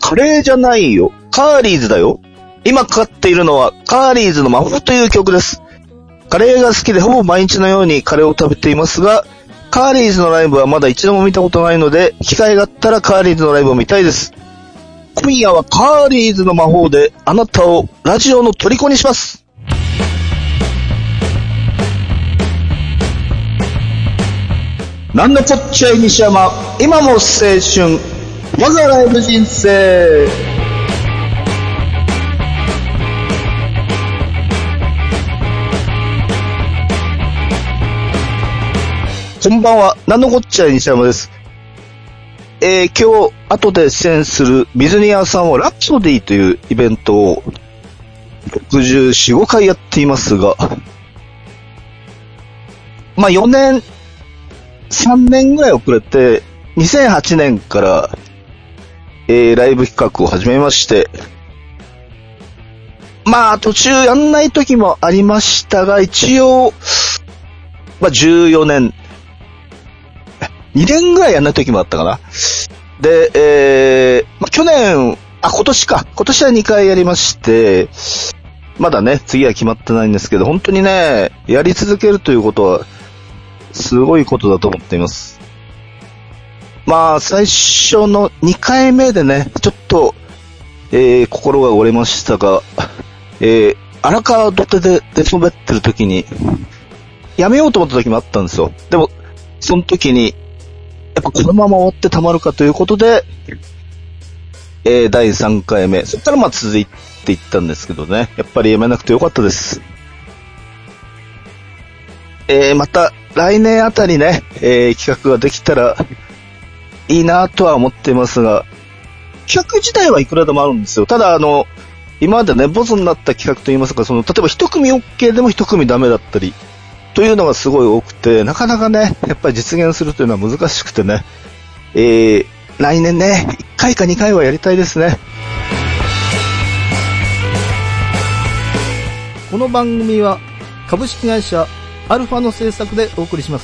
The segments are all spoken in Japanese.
カレーじゃないよ。カーリーズだよ。今かかっているのはカーリーズの魔法という曲です。カレーが好きでほぼ毎日のようにカレーを食べていますが、カーリーズのライブはまだ一度も見たことないので、機会があったらカーリーズのライブを見たいです。今夜はカーリーズの魔法であなたをラジオの虜にします。なんだこっちゃい西山、今も青春、我がライブ人生。こんばんは、なんのこっちゃい西山です。今日後で出演する水庭さんはラプソディというイベントを64、5回やっていますが、まあ4年、3年ぐらい遅れて、2008年から、ライブ企画を始めまして、まあ途中やんない時もありましたが、一応、まあ14年、2年ぐらいやんない時もあったかな。で、まあ、今年は2回やりまして、まだね、次は決まってないんですけど、本当にね、やり続けるということは、すごいことだと思っています。まあ、最初の2回目でね、ちょっと、心が折れましたが、荒川土手で出そべってる時に、やめようと思った時もあったんですよ。でも、その時に、やっぱこのまま終わってたまるかということで、第3回目、そこからまあ続いていったんですけどね、やっぱりやめなくてよかったです。また来年あたりね、企画ができたらいいなとは思っていますが、企画自体はいくらでもあるんですよ。ただ今までね、ボツになった企画といいますか、例えば一組 OK でも一組ダメだったり、というのがすごい多くて、なかなかね、やっぱり実現するというのは難しくてね、来年ね、1回か2回はやりたいですね。この番組は株式会社アルファの制作でお送りします。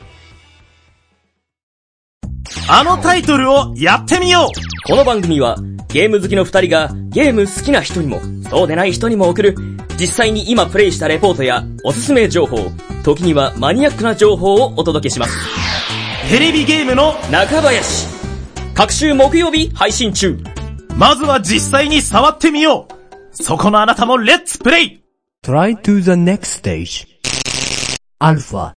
あのタイトルをやってみよう。 この番組はゲーム好きの2人がゲーム好きな人にもそうでない人にも送る実際に今プレイしたレポートやおすすめ情報、時にはマニアックな情報をお届けします。 テレビゲームの中林、各週木曜日配信中。 まずは実際に触ってみよう。そこのあなたもレッツプレイ。 Try to the next stage. アルファ。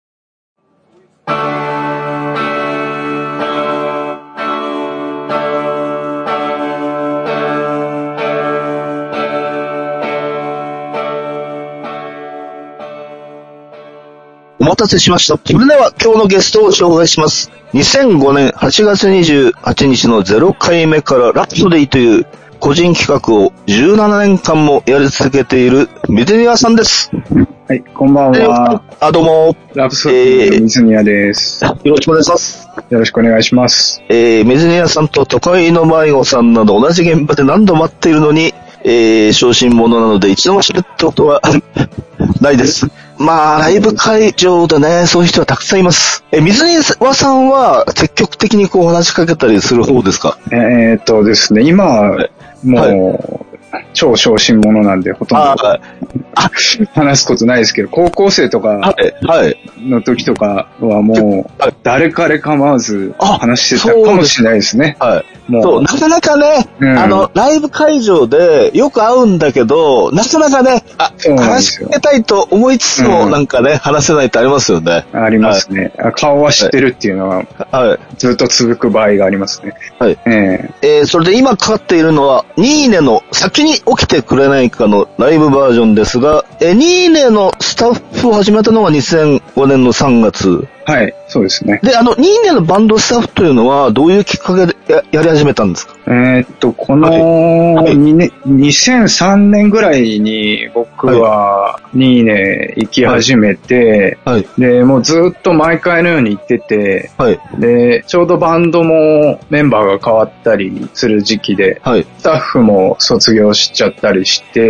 お待たせしました。それでは今日のゲストを紹介します。2005年8月28日の0回目からラプソディという個人企画を17年間もやり続けている水庭さんです。 はい、こんばんは。 どうも。 ラプソディの水庭です。 よろしくお願いします。 よろしくお願いします。 水庭さんと都会の迷子さんなど同じ現場で何度も会っているのに、小心者なので一度も喋ったことはないです。まあ、ライブ会場でね、そういう人はたくさんいます。水庭さんは積極的にこう話しかけたりする方ですか？ ですね、今、もう、超小心者なんで、ほとんど話すことないですけど、高校生とかの時とかはもう、誰彼構わず話してたかもしれないですね。 そう、なかなかね、ライブ会場でよく会うんだけど、なかなかね、話しかけたいと思いつつも、なんかね、話せないってありますよね。 ありますね。顔は知ってるっていうのは、ずっと続く場合がありますね。 それで今かかっているのは、ニーネの先に起きてくれないかのライブバージョンですが、ニーネのスタッフを始めたのが2005年の3月。 はい、そうですね。 で、ニーネのバンドスタッフというのは、どういうきっかけでやり始めたんですか？ この、2003年ぐらいに僕はニーネ行き始めて、で、もうずっと毎回のように行ってて、で、ちょうどバンドもメンバーが変わったりする時期で、スタッフも卒業しちゃったりして、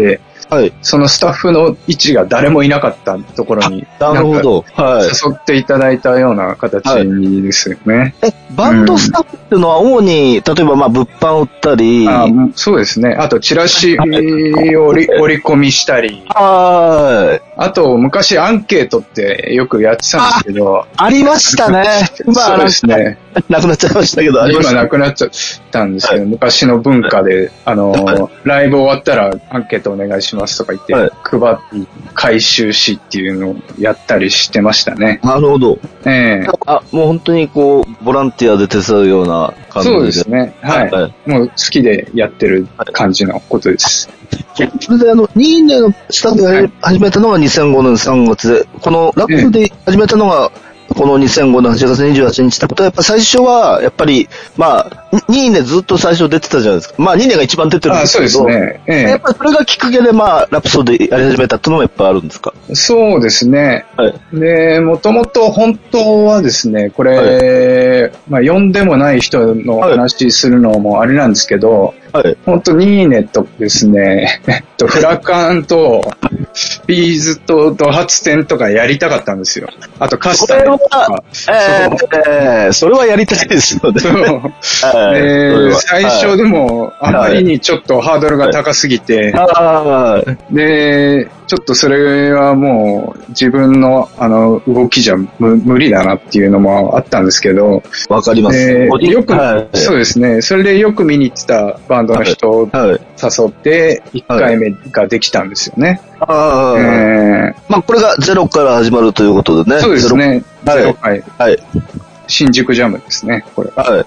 はい、そのスタッフの位置が誰もいなかったところに、 なるほど。 はい。誘っていただいたような形ですよね。 はい、バンドスタッフっていうのは主に、例えばまあ物販を売ったり、 そうですね。あとチラシを折り込みしたり、あと昔アンケートってよくやってたんですけど、 ありましたね。 そうですね。 なくなっちゃいましたけど、 今なくなっちゃったんですけど、昔の文化で、ライブ終わったらアンケートお願いしますとか言って、配り、回収しっていうのをやったりしてましたね。 なるほど。もう本当にこう、ボランティアで手伝うような感じで。 そうですね。はい。もう好きでやってる感じのことです。 それで2年のスタッフが始めたのが2005年3月で、このラップで始めたのが、この2005年8月28日ってことは、やっぱ最初は、やっぱり、まあ、2年ずっと最初出てたじゃないですか。まあ2年が一番出てるんですけど。 そうですね。 やっぱりそれがきっかけで、まあ、ラプソディやり始めたっていうのもやっぱあるんですか？ そうですね。はい。で、もともと本当はですね、これ、まあ呼んでもない人の話するのもあれなんですけど、はい。本当ニーネとですね、フラカンと、ビーズとド発展とかやりたかったんですよ。あとカスタムとか。 それはやりたいですよね。 そう。最初でも、あまりにちょっとハードルが高すぎて、で、ちょっとそれはもう自分の動きじゃ無理だなっていうのもあったんですけど。 わかります。 よく、そうですね。それでよく見に行ってたバンドの人を誘って1回目ができたんですよね。 まあこれがゼロから始まるということでね。 そうですね。ゼロ回。はい。新宿ジャムですね、これ。 はい。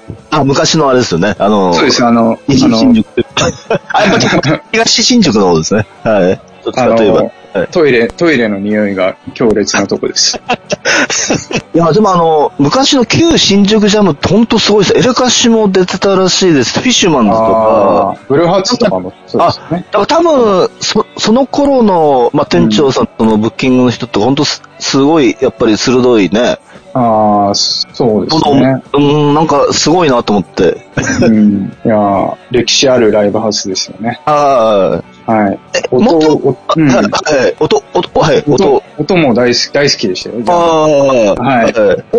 昔のあれですよね。 そうです、 西新宿。東新宿の方ですね。はい。どっちかといえば。 トイレの匂いが強烈なとこです。 いや、でも昔の旧新宿ジャムってほんとすごいです。エレカシも出てたらしいです。フィッシュマンズとか。 ブルーハーツとかもそうですね。 だから多分、その頃の、まあ、店長さんとのブッキングの人ってほんとすごい、やっぱり鋭いね。 そうですね。 なんかすごいなと思って。 いや、歴史あるライブハウスですよね。 はい。 音も大好きでしたよ。 はい。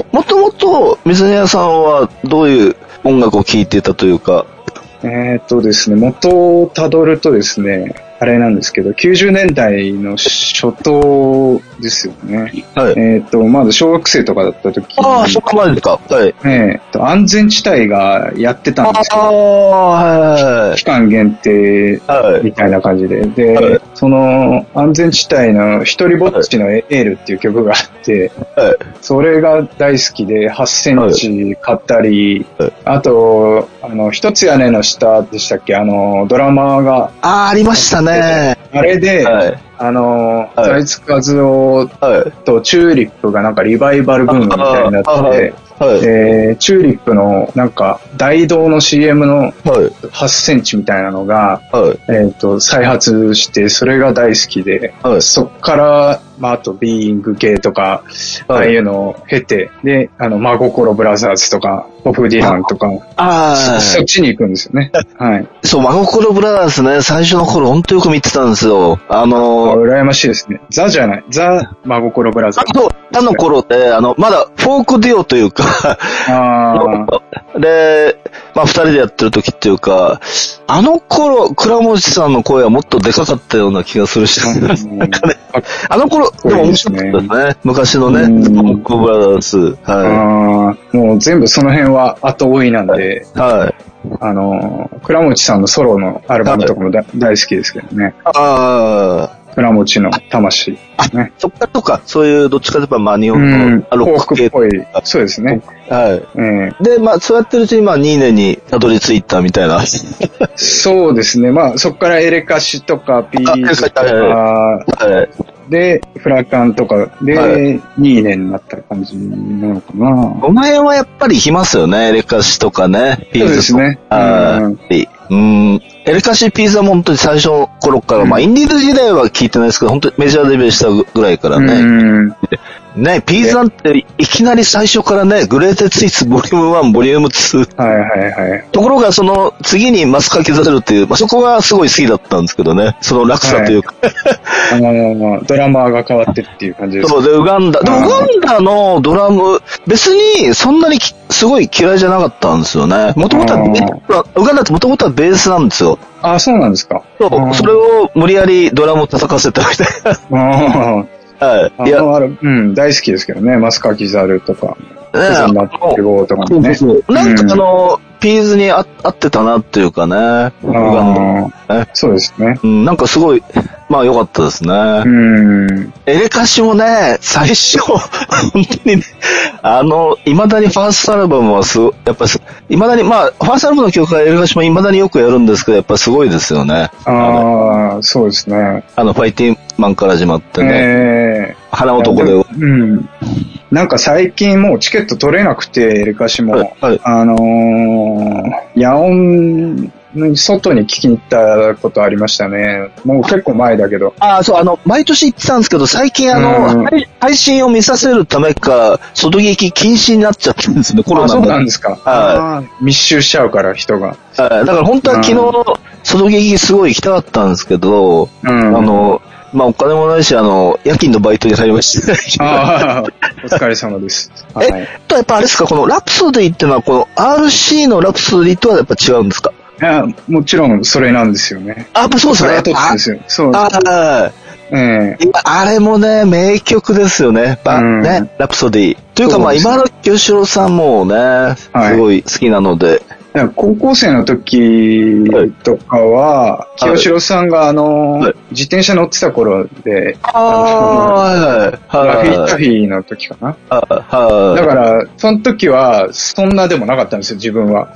もともと、水根屋さんはどういう音楽を聴いていたというか。 ですね、元をたどるとですね、あれなんですけど、90年代の初頭ですよね。はい。まだ小学生とかだった時に。 そこまでですか。はい。 安全地帯がやってたんですよ。期間限定みたいな感じで。で、その安全地帯の一人ぼっちのエールっていう曲があって、それが大好きで8センチ買ったり、あと、一つ屋根の下でしたっけ、ドラマが。 ありましたね。 あれで、財津和夫とチューリップがなんかリバイバルブームみたいになって、チューリップのなんか大道の CM の8センチみたいなのが、再発してそれが大好きで、そっから、まあ、あとビーイング系とか、ああいうのを経て、で、真心ブラザーズとか、ボブ・ディランとか、そっちに行くんですよね。はい。 そう、真心ブラザーズね、最初の頃ほんとよく見てたんですよ。 羨ましいですね。ザじゃない。ザ・真心ブラザーズ。 そう、ザの頃って、まだフォークデュオというかで、まあ、二人でやってる時っていうか、あの頃、倉持さんの声はもっとでかかったような気がするし、なんかね、あの頃、でも面白かったですね。昔のね、モックブラザーズ。はい。 もう全部その辺は後追いなんで、はい。倉持さんのソロのアルバムとかも大好きですけどね。倉持の魂、ね。 そっかとか、そういうどっちかというとマニオンのロック系っぽい。そうですね。 はい。で、まあ、そうやってるうちに、まあ、2年にたどり着いたみたいな。 そうですね。まあ、そっからエレカシとか、ピーズとか、で、フラカンとかで、2年になった感じなのかな。 お前はやっぱり来ますよね、エレカシとかね、 ピーズとか。そうですね。エレカシピーズは本当に最初の頃から、まあ、インディーズ時代は聞いてないですけど、本当にメジャーデビューしたぐらいからね。 ね、ピーズなんていきなり最初からね、グレーテツイツボリューム1、ボリューム2。 はいはいはい。 ところがその次にマスカキザルっていう、そこがすごい好きだったんですけどね。その落差というか。 ドラマーが変わってっていう感じです。 そうで、ウガンダのドラム、別にそんなにすごい嫌いじゃなかったんですよね。もともとは、ウガンダってもともとはベースなんですよ。 あ、そうなんですか。 そう、それを無理やりドラムを叩かせたみたいな。はい。いや、 大好きですけどね、マスカキザルとか。 ね、 とかね。 なんかピーズに合ってたなっていうかね。 そうですね。 なんかすごい、まあ良かったですね。エレカシもね、最初、本当にね、未だにファーストアルバムはやっぱ未だに、まあ、ファーストアルバムの曲はエレカシも未だによくやるんですけど、やっぱすごいですよね。 そうですね。 ファイティンマンから始まってね。花男で。 なんか最近もうチケット取れなくて、エレカシも。野音、外に聞きに行ったことありましたね。もう結構前だけど。 そう、毎年行ってたんですけど、最近配信を見させるためか、外劇禁止になっちゃったんですね、コロナで。 そうなんですか。密集しちゃうから、人が。 だから本当は昨日、外劇すごい行きたかったんですけど、まあお金もないし、夜勤のバイトに入りました。 お疲れ様です。 やっぱあれですか、このラプソディってのは、この RC のラプソディとはやっぱ違うんですか？ いや、もちろんそれなんですよね。 やっぱそうですね。 そうあれもね、名曲ですよね。ね、ラプソディ。というかまあ今の清志郎さんもね、すごい好きなので。 高校生の時とかは、清志郎さんが自転車乗ってた頃で、ラフィーの時かな。だから、その時は、そんなでもなかったんですよ、自分は。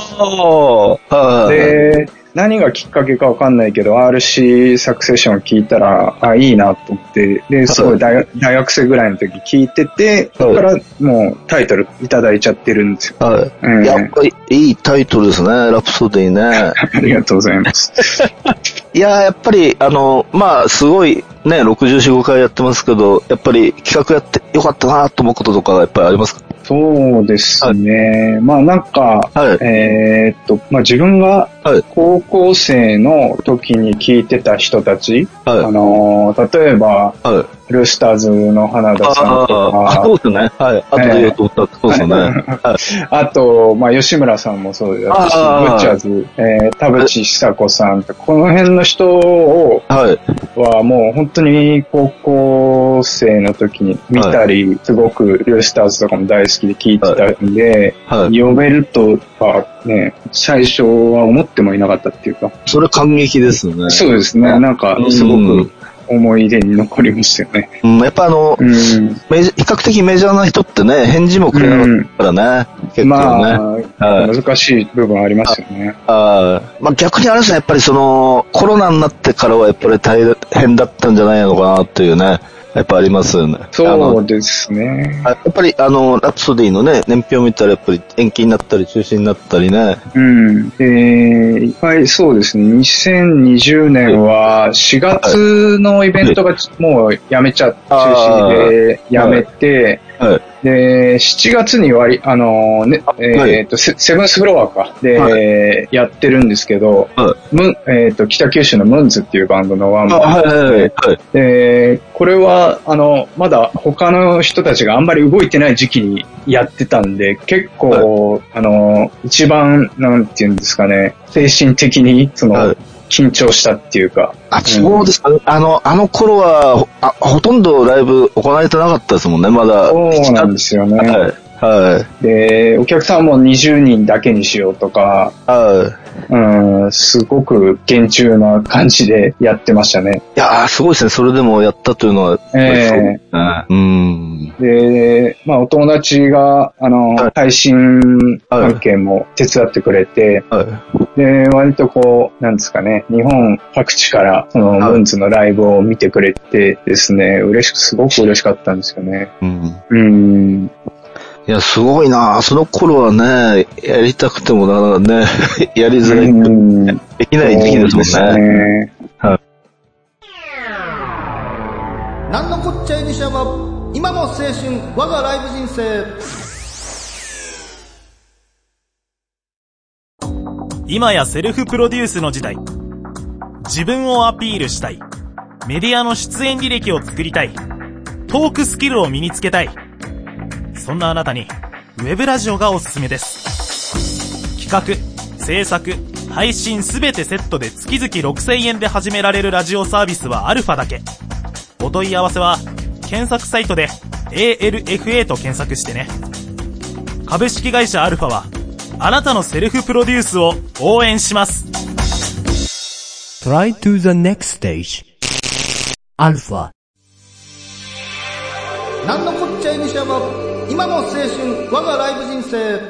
で、何がきっかけかわかんないけど、RC サクセッションを聞いたら、いいなと思って、で、すごい大学生ぐらいの時聞いてて、そこからもうタイトルいただいちゃってるんですよ。 やっぱりいいタイトルですね、ラプソディね。 ありがとうございます。 いや、やっぱり、まあ、すごい、ね、64、5回やってますけど、やっぱり企画やってよかったなと思うこととかやっぱりありますか？ そうですね。まあなんか、まあ自分が高校生の時に聞いてた人たち、例えば、ルスターズの花田さんとか、 そうですね。はい。あとで言うと思ったそうですね。 あと、まあ吉村さんもそうだし、ブッチャーズ、田淵久子さんとこの辺の人を、はもう本当に高校生の時に見たり、すごくルスターズとかも大好きで聞いてたんで、呼べるとはね、最初は思ってもいなかったっていうか。 それ感激ですね。 そうですね。なんか、すごく思い出に残りますよね。 やっぱ比較的メジャーな人ってね、返事もくれなかったからね。結構ね。 難しい部分ありますよね。 まあ逆にあれですね、やっぱりコロナになってからはやっぱり大変だったんじゃないのかなっていうね。やっぱありますよね。 そうですね。 やっぱりラプソディのね、年表見たらやっぱり延期になったり中止になったりね。 そうですね。2020年は4月のイベントがもう中止でやめて、で、7月にセブンスフロアか。で、やってるんですけど、北九州のムンズっていうバンドのワンマンで、これは、まだ他の人たちがあんまり動いてない時期にやってたんで、結構、一番、なんていうんですかね、精神的に、緊張したっていうか。 そうですか。あの頃は、ほとんどライブ行われてなかったですもんね、まだ。 そうなんですよね。で、お客さんも20人だけにしようとか、すごく厳重な感じでやってましたね。 いやー、すごいですね。それでもやったというのは。 で、まあ、お友達が、配信関係も手伝ってくれて、で、割となんですかね、日本各地から、ムンズのライブを見てくれてですね、すごく嬉しかったんですよね。 いや、すごいな。その頃はね、やりたくてもなかなかね、やりづらい。できない時期ですもんね。 なんのこっちゃいでしょば。 今も青春我がライブ人生。 今やセルフプロデュースの時代。自分をアピールしたい。メディアの出演履歴を作りたい。トークスキルを身につけたい。そんなあなたにウェブラジオがおすすめです。企画、制作、配信すべてセットで月々6000円で始められるラジオサービスはアルファだけ。お問い合わせは検索サイトで ALFA と検索してね。株式会社アルファはあなたのセルフプロデュースを応援します。 Try to the next stage. アルファ。 なんのこっちゃい西山、今も青春我がライブ人生。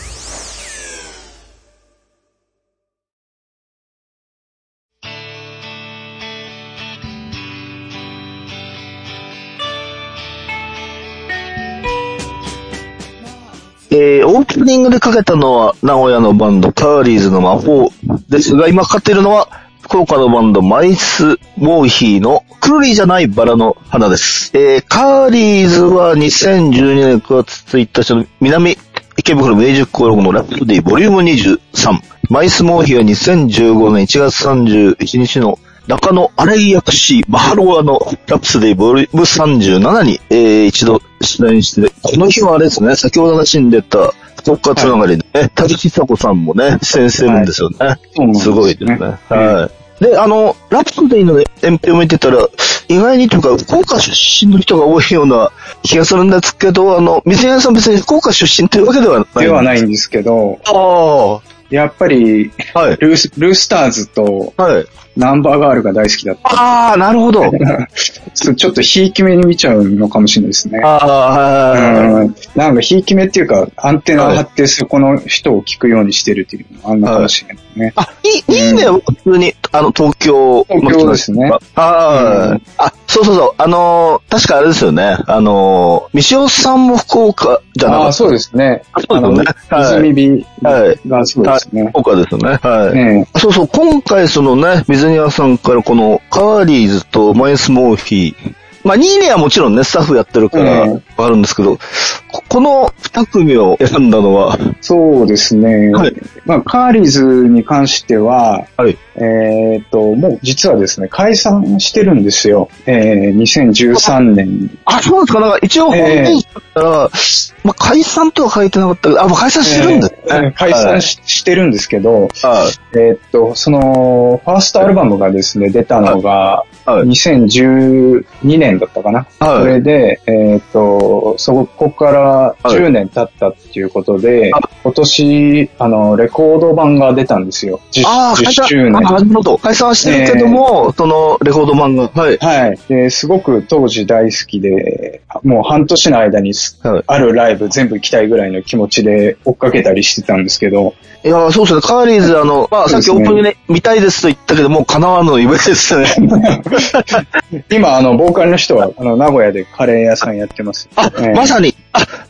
オープニングでかけたのは名古屋のバンドカーリーズの魔法ですが、今かかっているのは福岡のバンドマイス・モーヒーのクルリーじゃないバラの花です。カーリーズは2012年9月1日の南池袋ミュージックコールのラプソディボリューム23。マイス・モーヒーは2015年1月31日の中野アレイ薬師バハロアのラプソディボリューム37に、一度出演して、この日はあれですね、先ほど話に出た福岡つながりでね、田口久子さんもね、出演してるんですよね。はい、すごいですね。はい。で、ラプソディのね、演評を見てたら、意外にというか、福岡出身の人が多いような気がするんですけど、水谷さん別に福岡出身というわけではない。 ではないんですけど、やっぱり、はい、ルースターズと、はい、ナンバーガールが大好きだった。 ああ、なるほど。 ちょっとひいき目に見ちゃうのかもしれないですね。なんかひいき目っていうか、アンテナ張ってそこの人を聞くようにしてるっていうのもあんなかもしれないね。 いいね、普通に、東京ですね。 そう。確かあれですよね。三塩さんも福岡じゃなかった。 そうですね。泉美がそうですね。 福岡ですよね。はい。そう、今回そのね、水庭さんからこのカーリーズとマイス・モーヒー、まあ、ニーネはもちろんね、スタッフやってるから、あるんですけど、この二組を選んだのはそうですね。はい。まあ、カーリーズに関しては、はい。もう実はですね、解散してるんですよ。2013年に。 そうですか。なんか一応本人だったら、まあ、解散とは書いてなかったけど、もう解散してるんですね。 解散してるんですけど、その、ファーストアルバムがですね、出たのが、2012年だったかな。それで、ここから10年経ったっていうことで、今年、レコード版が出たんですよ。10周年。 なるほど。解散はしてるけども、そのレコード版が。 はい。はい。すごく当時大好きで、もう半年の間にあるライブ全部行きたいぐらいの気持ちで追っかけたりしてたんですけど。 いや、そうですね。カーリーズ、まあ、さっきオープニングで見たいですと言ったけど、もう叶わぬ夢ですね。 今、ボーカルの人は、名古屋でカレー屋さんやってます。 まさに、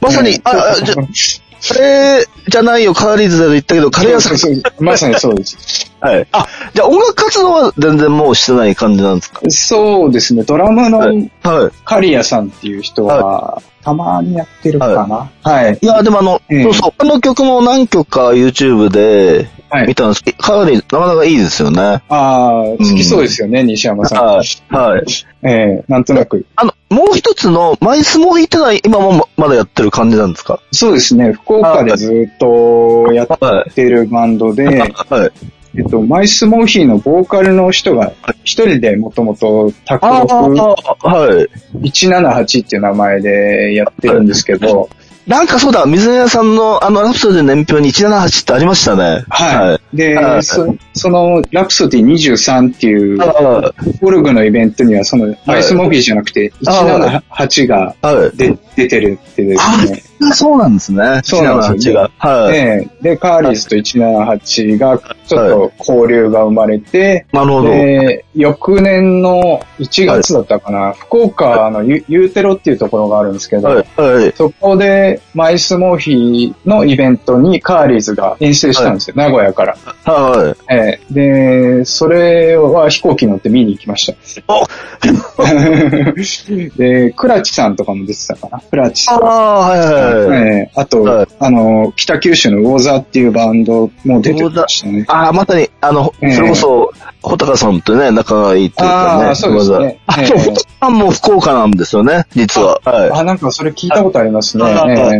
カレーじゃないよ、カーリーズで言ったけど、カレー屋さん。 そうまさにそうです。 はい。じゃあ音楽活動は全然もうしてない感じなんですか？ そうですね。ドラムのカリアさんっていう人は、たまにやってるかな。はい。 いや、でもそう、曲も何曲か YouTube で見たんですけど、カーリーなかなかいいですよね。 好きそうですよね、西山さん。はい。なんとなく。 もう一つのマイスモーヒーってのは今もまだやってる感じなんですか？ そうですね。福岡でずっとやってるバンドで、マイスモーヒーのボーカルの人が一人でもともと卓録178っていう名前でやってるんですけど、 なんかそうだ、水谷さんのラプソディの年表に178ってありましたね。 はい。で、そのラプソディ23っていうオルグのイベントにはそのマイスモーヒーじゃなくて178が出てるってですね。 そうなんですね。 そうなんですよ。はい。で、カーリーズと178がちょっと交流が生まれて、 なるほど。 で、翌年の1月だったかな、福岡のユーテロっていうところがあるんですけど、そこでで、マイスモーヒーのイベントにカーリーズが遠征したんですよ、名古屋から。 はい。 で、それは飛行機乗って見に行きました。で、クラチさんとかも出てたかな。クラチさん。あと、北九州のウォーザーっていうバンドも出てましたね。 まさに、それこそ、ホタカさんとね、仲がいいっていうかね。 そうですね。 そう、ホタカさんも福岡なんですよね、実は。 なんかそれ聞いたことありますね。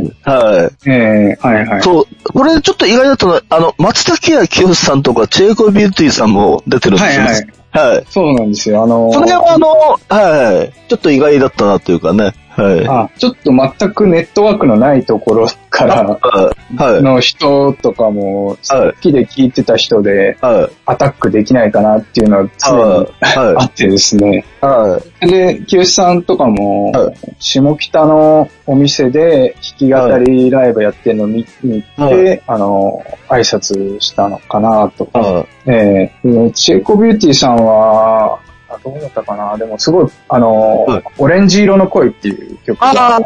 そう、これちょっと意外だったのは、松竹屋清さんとか、チェイコビューティーさんも出てるんですよね。はい。 そうなんですよ。 それはちょっと意外だったなというかね。 ちょっと全くネットワークのないところからの人とかも好きで聞いてた人でアタックできないかなっていうのは常にあってですね。で、清さんとかも下北のお店で弾き語りライブやってるのを見に行って、挨拶したのかなとか。チェイコビューティーさんは、どうだったかな、でもすごい、オレンジ色の恋っていう曲が。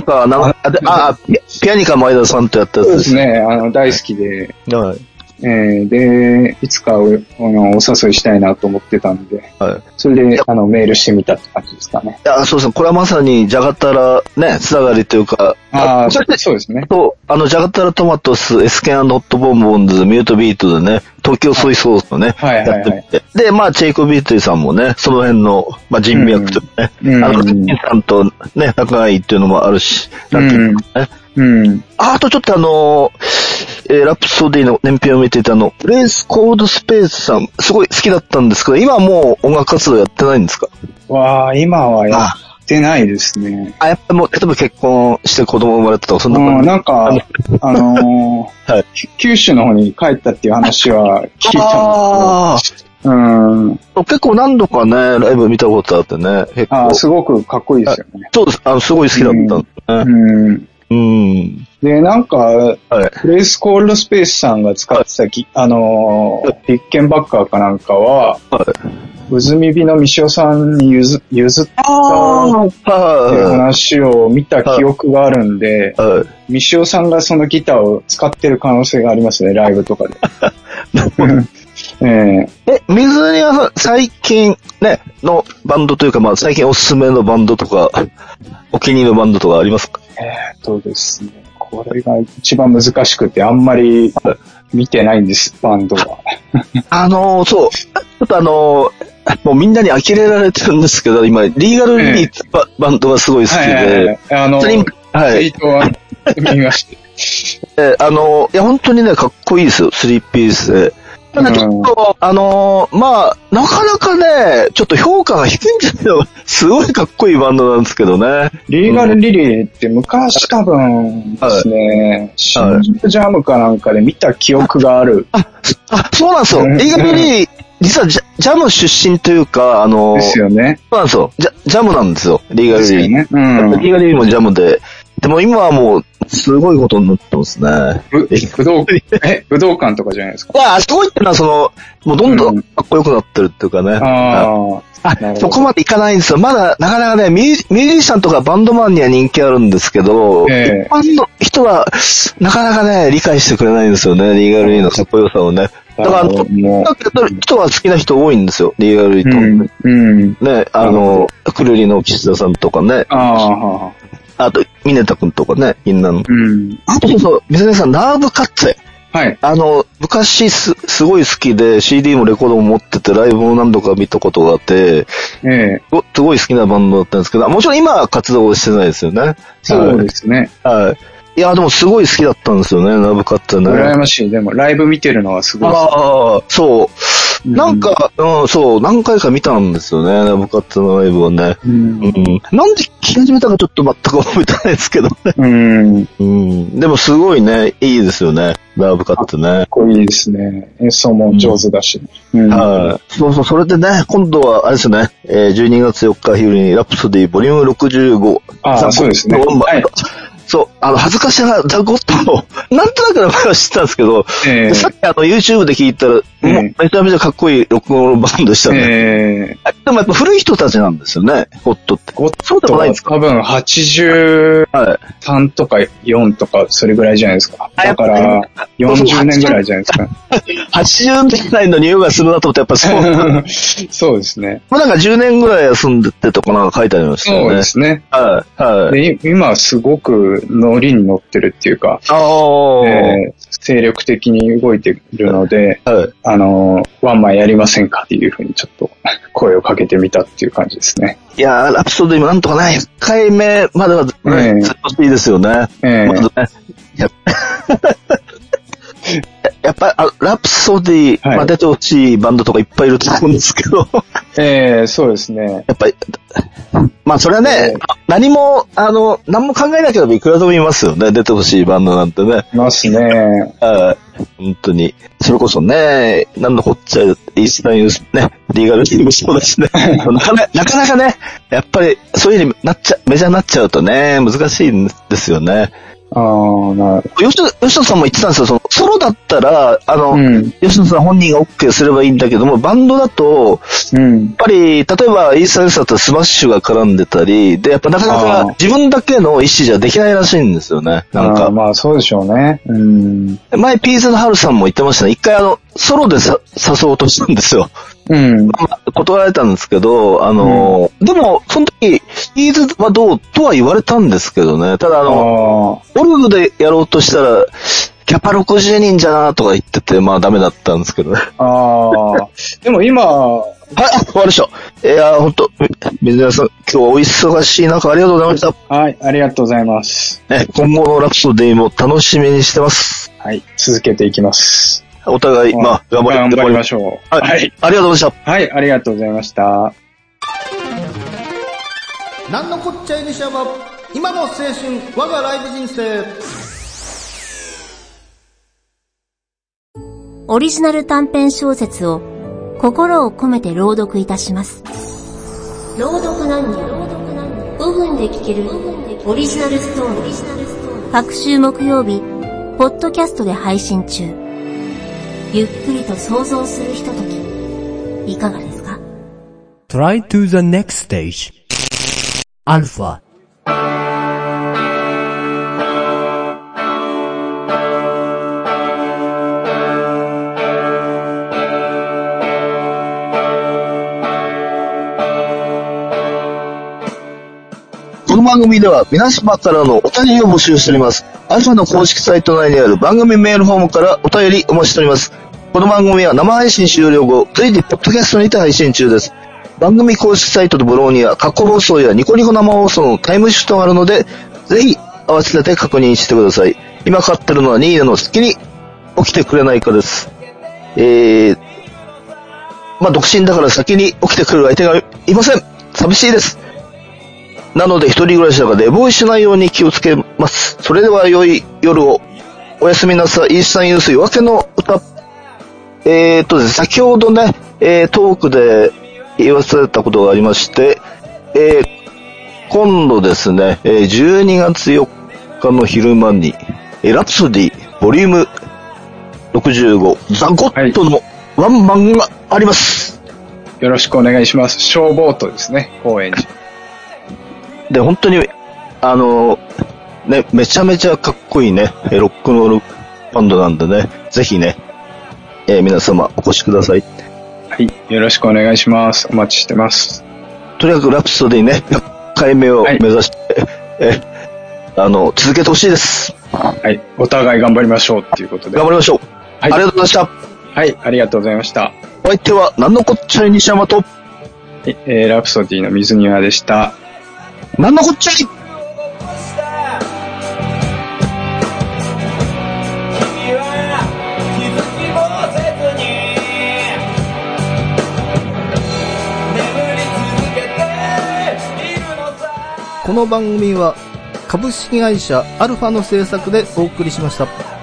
ピアニカ前田さんとやったやつですね。大好きで。で、いつかお誘いしたいなと思ってたんで、それで、メールしてみたって感じですかね。 いや、そうですね。これはまさに、ジャガタラ、ね、つながりというか、 そうですね。 そう、ジャガタラトマトス、エスケン&ホットボンボンズ、ミュートビートでね、東京ソイソースのね、やってみて。で、チェイコビートリーさんもね、その辺の、人脈というかね、ラッキンさんとね、仲がいいっていうのもあるし、ラッキンね。あとちょっとラプソディの年表を見ていたプレイスコールドスペースさん、すごい好きだったんですけど、今はもう音楽活動やってないんですか？ 今はやってないですね。 やっぱもう、例えば結婚して子供生まれたとか、そんな感じ。なんか、九州の方に帰ったっていう話は聞いたんですけど、 結構何度かね、ライブ見たことあってね、結構。 すごくかっこいいですよね。 そうです。すごい好きだったんですね。 で、なんか、プレイスコールドスペースさんが使ってたリッケンバッカーかなんかは、うずみびのみしおさんに譲ったっていう話を見た記憶があるんで、みしおさんがそのギターを使ってる可能性がありますね、ライブとかで。 水には最近ね、のバンドというか、最近おすすめのバンドとか、お気に入りのバンドとかありますか？ ですね、これが一番難しくて、あんまり見てないんです、バンドは。 そう。ちょっともうみんなに呆れられてるんですけど、今、リーガルリーバンドがすごい好きで。 ツイートは見ました。 いや、本当にね、かっこいいですよ、3ピースで。ただちょっと、なかなかね、ちょっと評価が低いんじゃないの？すごいかっこいいバンドなんですけどね。 リーガルリリーって昔多分ですね、新宿ジャムかなんかで見た記憶がある。 そうなんですよ。リーガルリリー、実はジャム出身というか、 ですよね。 そうなんですよ。ジャムなんですよ、リーガルリリー。リーガルリリーもジャムで。でも今はもう、すごいことになってますね。 武道館とかじゃないですか。 すごいってのはもうどんどんかっこよくなってるっていうかね。そこまでいかないんですよ。まだ、なかなかね、ミュージシャンとかバンドマンには人気あるんですけど、一般の人は、なかなかね、理解してくれないんですよね、リーガルリーのかっこよさをね。だから、人は好きな人多いんですよ、リーガルリーと。ね、くるりの岸田さんとかね。あと、ミネタ君とかね、みんなの。あと水根さん、ナーブカッツェ。 はい。 昔すごい好きで CD もレコードも持っててライブも何度か見たことがあって、すごい好きなバンドだったんですけど、もちろん今は活動してないですよね。 そうですね。 はい。いや、でもすごい好きだったんですよね、ナーブカッツェね。 羨ましい。でもライブ見てるのはすごい。 そう。なんか、そう、何回か見たんですよね、ナブカッツのライブをね。なんで聴き始めたかちょっと全く覚えてないですけどね。でもすごいね、いいですよね、ナブカッツね。 かっこいいですね。演奏も上手だし。 そう、それでね、今度は、あれですね、12月4日昼にラプソディボリューム65。 そうですね。 そう、恥ずかしがザ・ゴッドの、なんとなく名前は知ってたんですけど、さっきYouTube で聞いたら、もうめちゃめちゃかっこいいロックンロールバンドでしたね。でもやっぱ古い人たちなんですよね、ゴッドって。 そうでもないんですか？多分83とか4とか、それぐらいじゃないですか。だから、40年ぐらいじゃないですか。 80年代の匂いがするなと思って、やっぱそう。 そうですね。 まあなんか10年ぐらい休んでてとかなんか書いてありましたよね。 そうですね。 はい。はい。 で、今すごくノリに乗ってるっていうか、精力的に動いてるので、はい、ワンマンやりませんかっていうふうにちょっと声をかけてみたっていう感じですね。 いやー、ラプソディもなんとかね、1回目まではね、いいですよね。まずね。やっぱり、ラプソディ、まあ、出てほしいバンドとかいっぱいいると思うんですけど。 そうですね。 やっぱり、まあそれはね、何も考えなければいくらでもいますよね、出てほしいバンドなんてね。 いますね。 本当に。それこそね、なんのこっちゃ、イースタンユースね、リーガルチームもそうですね。なかなかね、やっぱりそういう風にメジャーになっちゃうとね、難しいんですよね。吉野さんも言ってたんですよ、ソロだったら、吉野さん本人が OK すればいいんだけども、バンドだと、やっぱり、例えば、イースタンユースだったらスマッシュが絡んでたり、で、やっぱなかなか自分だけの意思じゃできないらしいんですよね。なんか。 まあ、そうでしょうね。 前、ピーズのハルさんも言ってましたね。一回ソロで誘おうとしたんですよ。断られたんですけど、でも、その時、ピーズはどうとは言われたんですけどね。ただオルグでやろうとしたら、キャパ60人じゃなとか言ってて、まあダメだったんですけどね。 でも今、 はい、終わりました。いや、ほんと、水谷さん、今日はお忙しい中ありがとうございました。 はい、ありがとうございます。 今後のラプソディも楽しみにしてます。 はい、続けていきます。 お互い、まあ、頑張りましょう。はい。ありがとうございました。 はい、ありがとうございました。 なんのこっちゃいにしゃば、今の青春、我がライブ人生。 オリジナル短編小説を心を込めて朗読いたします。朗読何人5分で聞けるオリジナルストーリー。各週木曜日、ポッドキャストで配信中。ゆっくりと想像するひととき、いかがですか？ Try to the next stage. Alpha. この番組では皆様からのお便りを募集しております。アルファの公式サイト内にある番組メールフォームからお便りお待ちしております。この番組は生配信終了後、随時ポッドキャストにて配信中です。番組公式サイトとブログには過去放送やニコニコ生放送のタイムシフトがあるので、ぜひ合わせて確認してください。今かかってるのはニーナの先に起きてくれないかです。まあ独身だから先に起きてくれる相手がいません。寂しいです。なので一人暮らしだから寝坊しないように気をつけます。それでは良い夜を。おやすみなさい。イースタンユース夜明けの歌。ですね、先ほどね、トークで言わせたことがありまして、今度ですね、12月4日の昼間に、ラプソディボリューム65ザ・ゴッドのワンマンがあります。 よろしくお願いします。ショーボートですね、高円寺。 で、本当に、ね、めちゃめちゃかっこいいね、ロックンロールバンドなんでね、ぜひね、皆様お越しください。 はい、よろしくお願いします。お待ちしてます。 とにかくラプソディね、100回目を目指して、続けてほしいです。 はい、お互い頑張りましょうっていうことで。 頑張りましょう。 はい、 ありがとうございました。 はい、ありがとうございました。 お相手は、なんのこっちゃい西山と、 ラプソディの水庭でした。 なんのこっちゃい。 この番組は株式会社アルファの制作でお送りしました。